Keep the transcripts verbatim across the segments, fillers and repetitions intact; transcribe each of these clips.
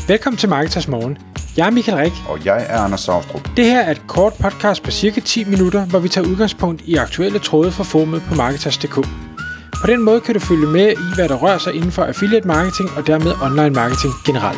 Velkommen til Marketers Morgen. Jeg er Michael Rik. Og jeg er Anders Saustrup. Det her er et kort podcast på cirka ti minutter, hvor vi tager udgangspunkt i aktuelle tråde fra forumet på Marketers punktum d k. På den måde kan du følge med i, hvad der rører sig inden for affiliate marketing og dermed online marketing generelt.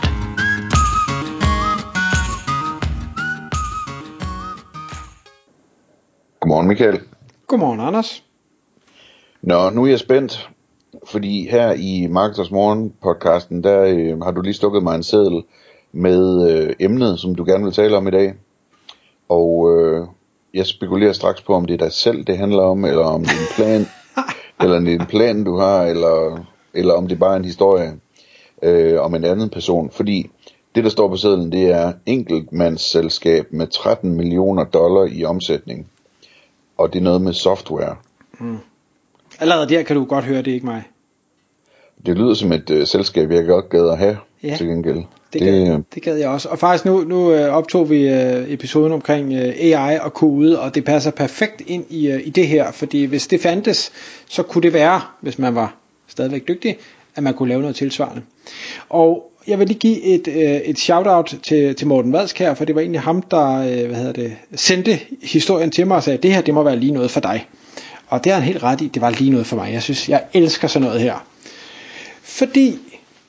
Godmorgen Michael. Godmorgen Anders. Nå, nu er jeg spændt, fordi her i Marketers Morgen podcasten, der øh, har du lige stukket mig en seddel med øh, emnet, som du gerne vil tale om i dag. Og øh, jeg spekulerer straks på, om det er dig selv, det handler om, eller om det er en plan, eller det er en plan, du har, eller, eller om det bare er en historie øh, om en anden person. Fordi det, der står på sedlen, det er enkeltmandsselskab med tretten millioner dollar i omsætning. Og det er noget med software. Mm. Allerede der kan du godt høre, det er ikke mig. Det lyder som et øh, selskab, jeg godt gad at have, ja, til gengæld. Det gad, det, det gad jeg også. Og faktisk nu, nu øh, optog vi øh, episoden omkring øh, A I og kode, og det passer perfekt ind i, øh, i det her. Fordi hvis det fandtes, så kunne det være, hvis man var stadigvæk dygtig, at man kunne lave noget tilsvarende. Og jeg vil lige give et, øh, et shout-out til, til Morten Vadsk her, for det var egentlig ham, der øh, hvad hedder det, sendte historien til mig og sagde, det her det må være lige noget for dig. Og det er han helt ret i, det var lige noget for mig. Jeg synes, jeg elsker sådan noget her. Fordi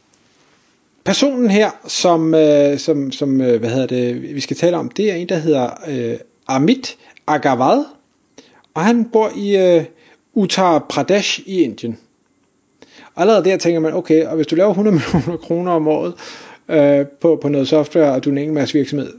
personen her, som, øh, som, som øh, hvad hedder det, vi skal tale om, det er en, der hedder øh, Amit Agarwal, og han bor i øh, Uttar Pradesh i Indien. Og allerede der tænker man, okay, og hvis du laver hundrede millioner kroner om året øh, på, på noget software, og du er en enkeltmands virksomhed,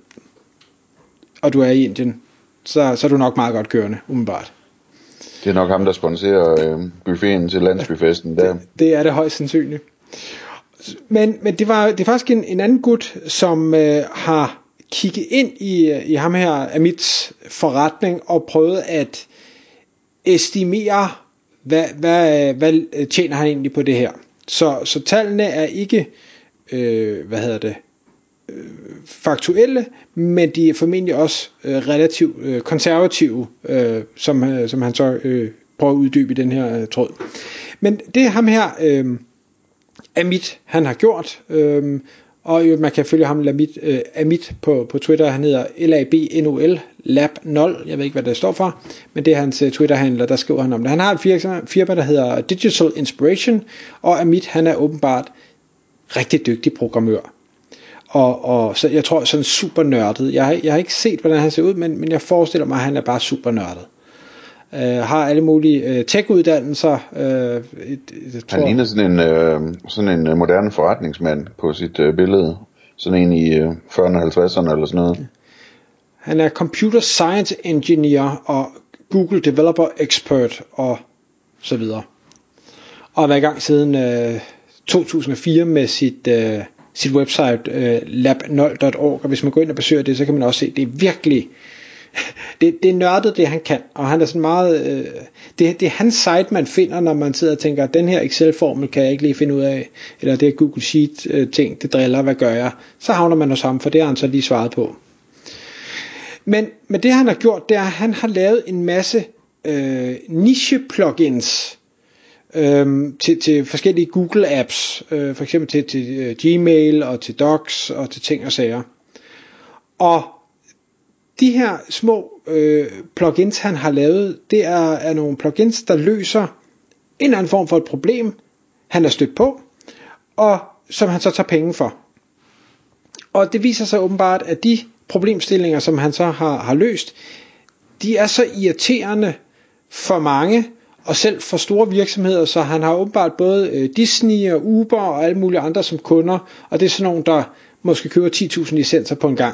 og du er i Indien, så, så er du nok meget godt kørende, umiddelbart. Det er nok ham, der sponsorer øh, buffeten til landsbyfesten der. Det, det er det højst sandsynligt. Men, men det, var, det er faktisk en, en anden gut, som øh, har kigget ind i, i ham her, Amits forretning, og prøvet at estimere, hvad, hvad, hvad tjener han egentlig på det her. Så, så tallene er ikke, øh, hvad hedder det, øh, faktuelle, men de er formentlig også øh, relativt øh, konservative, øh, som, øh, som han så øh, prøver at uddybe i den her øh, tråd. Men det er ham her, øh, Amit, han har gjort, øh, og jo, man kan følge ham Amit, øh, Amit på, på Twitter. Han hedder L A B N O L Lab nul. Jeg ved ikke hvad det står for, men det er hans uh, Twitter-handler, der skriver han om det. Han har et firma, der hedder Digital Inspiration, og Amit, han er åbenbart rigtig dygtig programmør. Og, og så jeg tror sådan super nørdet. Jeg har, jeg har ikke set hvordan han ser ud, men, men jeg forestiller mig at han er bare super nørdet. Uh, har alle mulige uh, tech-uddannelser. Uh, et, et, han ligner sådan en, uh, sådan en moderne forretningsmand på sit uh, billede. Sådan en i uh, fyrrerne og halvtredserne eller sådan noget. Han er computer science engineer og Google developer expert og så videre. Og har været i gang siden uh, to tusind og fire med sit, uh, sit website uh, lab nul punktum org. Og hvis man går ind og besøger det, så kan man også se, at det er virkelig det, det er nørdet det han kan. Og han er sådan meget øh, det, det er hans site man finder, når man sidder og tænker, den her Excel-formel kan jeg ikke lige finde ud af, eller det her Google Sheet øh, ting, det driller, hvad gør jeg? Så havner man hos ham, for det har han så lige svaret på. Men, men det han har gjort, det er at han har lavet en masse øh, niche plugins øh, til, til forskellige Google apps, øh, for eksempel til, til øh, Gmail og til Docs og til ting og sager. Og de her små øh, plugins han har lavet, det er, er nogle plugins der løser en eller anden form for et problem han er stødt på, og som han så tager penge for. Og det viser sig åbenbart at de problemstillinger som han så har, har løst, de er så irriterende for mange og selv for store virksomheder, så han har åbenbart både øh, Disney og Uber og alle mulige andre som kunder, og det er sådan nogle der måske køber ti tusind licenser på en gang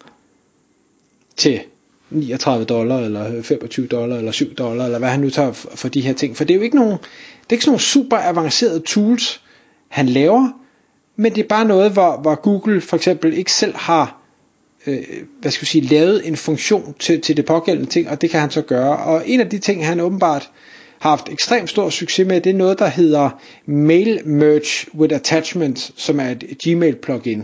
til niogtredive dollar eller femogtyve dollar eller syv dollar eller hvad han nu tager for de her ting. For det er jo ikke nogen, det er ikke sådan nogle super avancerede tools han laver, men det er bare noget hvor, hvor Google for eksempel ikke selv har øh, hvad skal vi sige, lavet en funktion til, til det pågældende ting, og det kan han så gøre. Og en af de ting han åbenbart har haft ekstremt stor succes med, det er noget der hedder Mail Merge with Attachment, som er et Gmail plugin.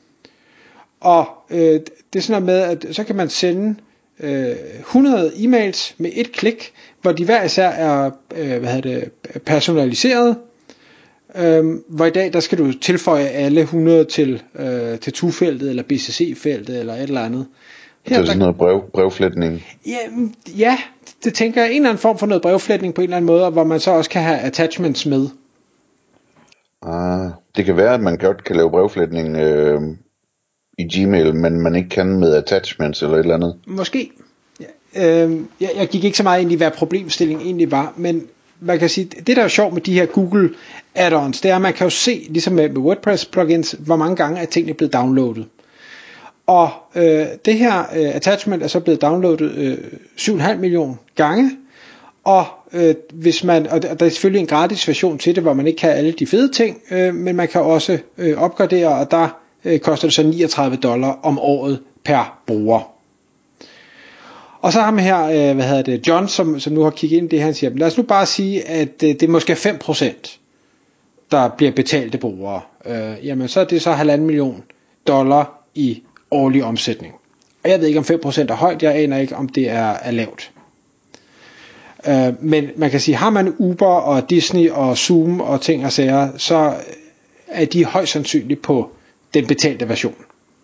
Og øh, det er sådan noget med, at så kan man sende øh, hundrede e-mails med et klik, hvor de hver især er øh, hvad hedder det, personaliseret, øh, hvor i dag der skal du tilføje alle hundrede til, øh, til to-feltet, eller B C C-feltet, eller et eller andet. Her, det er sådan noget brev, brevflætning. Ja, ja, det tænker jeg, en eller anden form for noget brevflætning på en eller anden måde, hvor man så også kan have attachments med. Ah, det kan være, at man godt kan lave brevflætning øh, i Gmail, men man ikke kan med attachments eller et eller andet. Måske. Ja, øh, jeg, jeg gik ikke så meget ind i, hvad problemstillingen egentlig var, men man kan sige, det der er sjovt med de her Google add-ons, det er, at man kan jo se, ligesom med, med WordPress plugins, hvor mange gange er tingene blevet downloadet. Og øh, det her øh, attachment er så blevet downloadet øh, syv komma fem millioner gange. Og øh, hvis man, og der er selvfølgelig en gratis version til det, hvor man ikke kan alle de fede ting, øh, men man kan også øh, opgradere, og der øh, koster det så niogtredive dollar om året per bruger. Og så har man her, øh, hvad hedder det, John, som, som nu har kigget ind i det, han siger, lad os nu bare sige, at øh, det er måske fem procent, der bliver betalte brugere. Øh, jamen så er det så halvanden million dollar i årlig omsætning. Og jeg ved ikke om fem procent er højt, jeg aner ikke om det er, er lavt. Uh, men man kan sige, har man Uber og Disney og Zoom og ting og sager, så er de højst sandsynligt på den betalte version.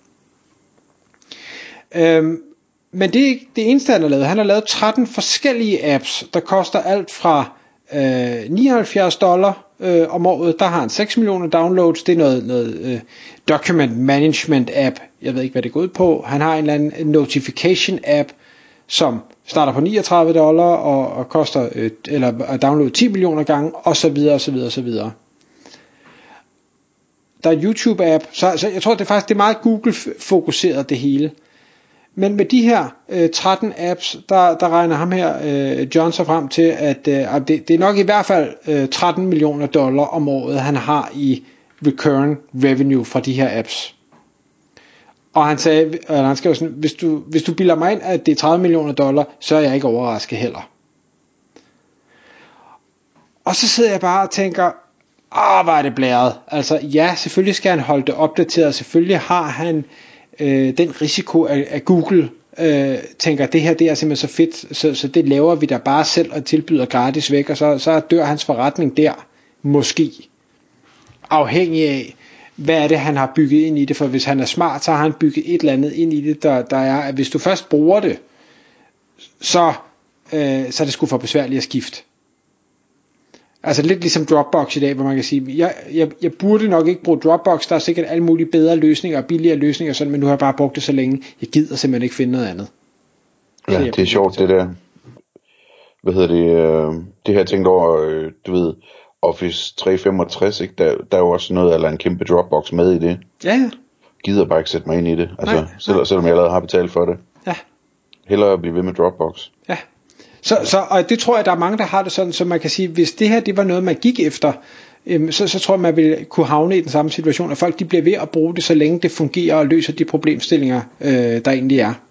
Uh, men det er ikke det eneste, han har lavet. Han har lavet tretten forskellige apps, der koster alt fra uh, nioghalvfjerds dollar uh, om året. Der har han seks millioner downloads. Det er noget, noget uh, document management app. Jeg ved ikke, hvad det går ud på. Han har en eller anden notification app, som starter på niogtredive dollar og, og koster øh, eller at downloade ti millioner gange, og så videre og så videre og så videre. Der er YouTube app, så, så jeg tror det er faktisk det er meget Google fokuseret det hele. Men med de her øh, tretten apps, der, der regner ham her øh, John så frem til at øh, det, det er nok i hvert fald øh, tretten millioner dollar om året han har i recurring revenue fra de her apps. Og han sagde, eller han skrev sådan, hvis du, hvis du bilder mig ind, at det er tredive millioner dollar, så er jeg ikke overrasket heller. Og så sidder jeg bare og tænker, åh, hvor er det blæret. Altså ja, selvfølgelig skal han holde det opdateret, selvfølgelig har han øh, den risiko, at, at Google øh, tænker, det her det er simpelthen så fedt, så, så det laver vi da bare selv og tilbyder gratis væk, og så, så dør hans forretning der, måske. Afhængig af, hvad er det han har bygget ind i det, for hvis han er smart, så har han bygget et eller andet ind i det, der, der er, at hvis du først bruger det, så, øh, så er det sgu for besværligt at skifte. Altså lidt ligesom Dropbox i dag, hvor man kan sige, jeg, jeg, jeg burde nok ikke bruge Dropbox, der er sikkert alle mulige bedre løsninger og billigere løsninger, sådan, men nu har jeg bare brugt det så længe, jeg gider simpelthen ikke finde noget andet. Ja, det er sjovt det der, hvad hedder det, øh, det her tænkt over, øh, du ved, Office tre femogtres, ikke? Der, der er jo også noget, eller en kæmpe Dropbox med i det. Ja, ja. Gider bare ikke sætte mig ind i det, altså, nej, selv, nej. selvom jeg allerede har betalt for det. Ja. Hellere blive ved med Dropbox. Ja. Så, så, og det tror jeg, der er mange, der har det sådan, så man kan sige, hvis det her, det var noget, man gik efter, øhm, så, så tror jeg, man ville kunne havne i den samme situation, at folk, de bliver ved at bruge det, så længe det fungerer og løser de problemstillinger, øh, der egentlig er.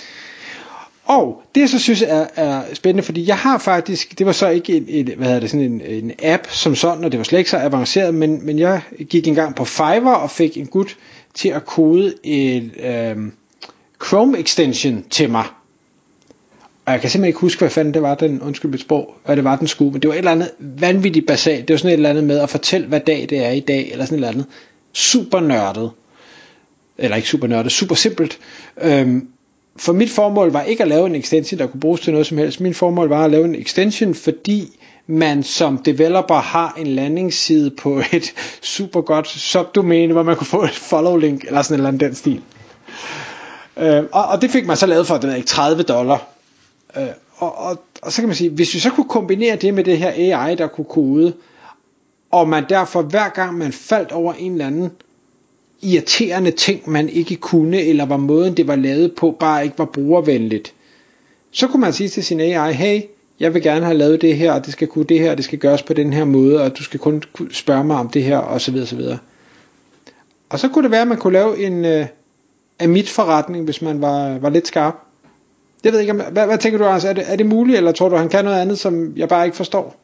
Og det jeg så synes er, er spændende, fordi jeg har faktisk, det var så ikke en, et, hvad hedder det, sådan en, en app som sådan, og det var slet ikke så avanceret, men, men jeg gik engang på Fiverr og fik en gut til at kode et øh, Chrome extension til mig. Og jeg kan simpelthen ikke huske, hvad fanden det var, den, undskyld mit sprog, hvad det var, den skulle, men det var et eller andet vanvittigt basalt. Det var sådan et eller andet med at fortælle, hvad dag det er i dag, eller sådan et eller andet. Super nørdet. Eller ikke super nørdet, super simpelt. Øhm, For mit formål var ikke at lave en extension, der kunne bruges til noget som helst. Min formål var at lave en extension, fordi man som developer har en landingsside på et super godt subdomæne, hvor man kunne få et follow link, eller sådan et eller andet den stil. Øh, og, og det fik man så lavet for, det ved ikke, tredive dollar. Øh, og, og, og så kan man sige, hvis vi så kunne kombinere det med det her A I, der kunne kode, og man derfor hver gang man faldt over en eller anden irriterende ting, man ikke kunne, eller var måden det var lavet på, bare ikke var brugervenligt, så kunne man sige til sin A I, hey, jeg vil gerne have lavet det her, og det skal kunne det her, og det skal gøres på den her måde, og du skal kun spørge mig om det her, og så videre, så videre. Og så kunne det være, at man kunne lave en uh, Amit-forretning, hvis man var, var lidt skarp. Jeg ved ikke, om, hvad, hvad tænker du, Anders? Er det, er det muligt, eller tror du, han kan noget andet, som jeg bare ikke forstår?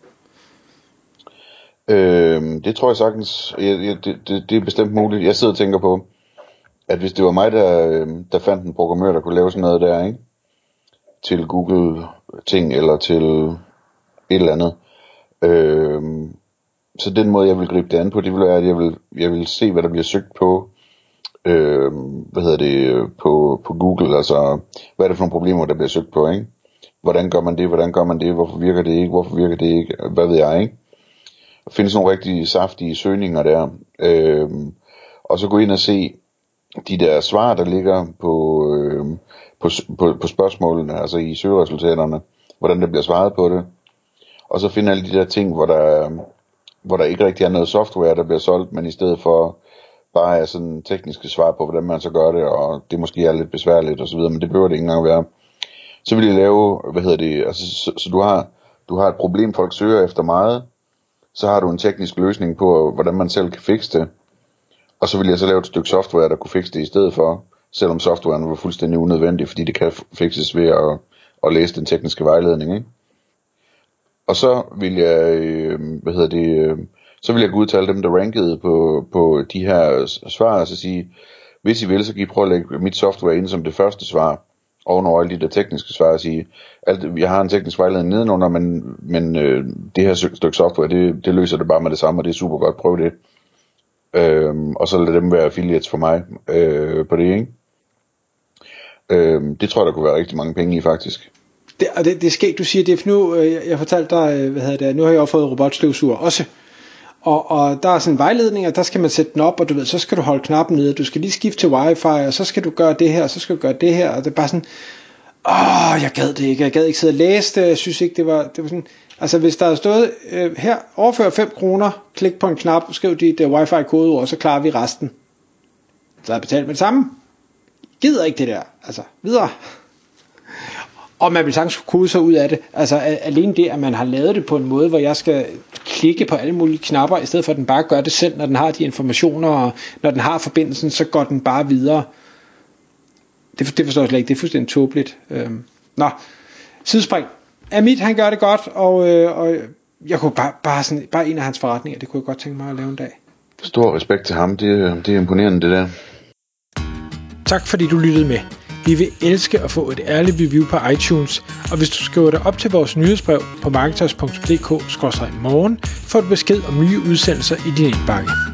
Øhm, det tror jeg sagtens. Jeg, jeg, det, det, det er bestemt muligt. Jeg sidder og tænker på, at hvis det var mig, der, der fandt en programmør, der kunne lave sådan noget der, ikke? Til Google ting, eller til et eller andet, øhm, så den måde jeg vil gribe det an på, det vil være, at jeg vil, jeg vil se, hvad der bliver søgt på, øh, hvad hedder det, på, på Google, altså hvad er det for nogle problemer, der bliver søgt på, ikke? Hvordan gør man det, hvordan gør man det, hvorfor virker det ikke, hvorfor virker det ikke, hvad ved jeg, ikke? Der findes nogle rigtig saftige søgninger der, øh, og så gå ind og se de der svar, der ligger på, øh, på, på, på spørgsmålene, altså i søgeresultaterne, hvordan der bliver svaret på det, og så finde alle de der ting, hvor der, hvor der ikke rigtig er noget software, der bliver solgt, men i stedet for bare er sådan tekniske svar på, hvordan man så gør det, og det måske er lidt besværligt og så videre, men det behøver det ikke engang være. Så vil jeg lave, hvad hedder det, altså så, så du har du har et problem, folk søger efter meget, så har du en teknisk løsning på, hvordan man selv kan fikse det, og så vil jeg så lave et stykke software, der kunne fikse det i stedet for, selvom softwaren var fuldstændig unødvendig, fordi det kan fikses ved at, at læse den tekniske vejledning, ikke? Og så vil jeg, øh, hvad hedder det, øh, så vil jeg gå ud til alle dem, der rankede på, på de her svar, og så sige, hvis I vil, så kan I prøve at lægge mit software ind som det første svar, ovenover alle de der tekniske svar, og sige, alt, jeg har en teknisk vejledning nedenunder, men, men øh, det her stykke software, det, det løser det bare med det samme, og det er super godt, prøv det. Øh, og så lad dem være affiliates for mig øh, på det, ikke? Øh, det tror jeg, der kunne være rigtig mange penge i, faktisk. Det, og det, det er skægt, du siger det, for nu, jeg, jeg fortalte dig, hvad hedder det, nu har jeg også fået robotstøvsuger også, og, og der er sådan en vejledning, og der skal man sætte den op, og du ved, så skal du holde knappen nede, du skal lige skifte til wifi, og så skal du gøre det her, og så skal du gøre det her, og det er bare sådan, åh, jeg gad det ikke, jeg gad ikke sidde og læse det, jeg synes ikke, det var, det var sådan, altså hvis der er stået, øh, her, overfør fem kroner, klik på en knap, skriv dit uh, wifi-kodeord, og så klarer vi resten, så er jeg betalt med det samme, gider ikke det der, altså, videre. Og man vil sagtens kode sig ud af det. Altså alene det, at man har lavet det på en måde, hvor jeg skal klikke på alle mulige knapper, i stedet for at den bare gør det selv, når den har de informationer, og når den har forbindelsen, så går den bare videre. Det, det forstår jeg slet ikke. Det er fuldstændig tåbeligt. Øhm. Nå, sidespring. Amit, han gør det godt, og, øh, og jeg kunne bare, bare, sådan, bare en af hans forretninger, det kunne jeg godt tænke mig at lave en dag. Stor respekt til ham. Det, det er imponerende, det der. Tak fordi du lyttede med. Vi vil elske at få et ærligt review på iTunes, og hvis du skriver dig op til vores nyhedsbrev på marketers punktum d k skråstreg morgen, får du besked om nye udsendelser i din indbakke.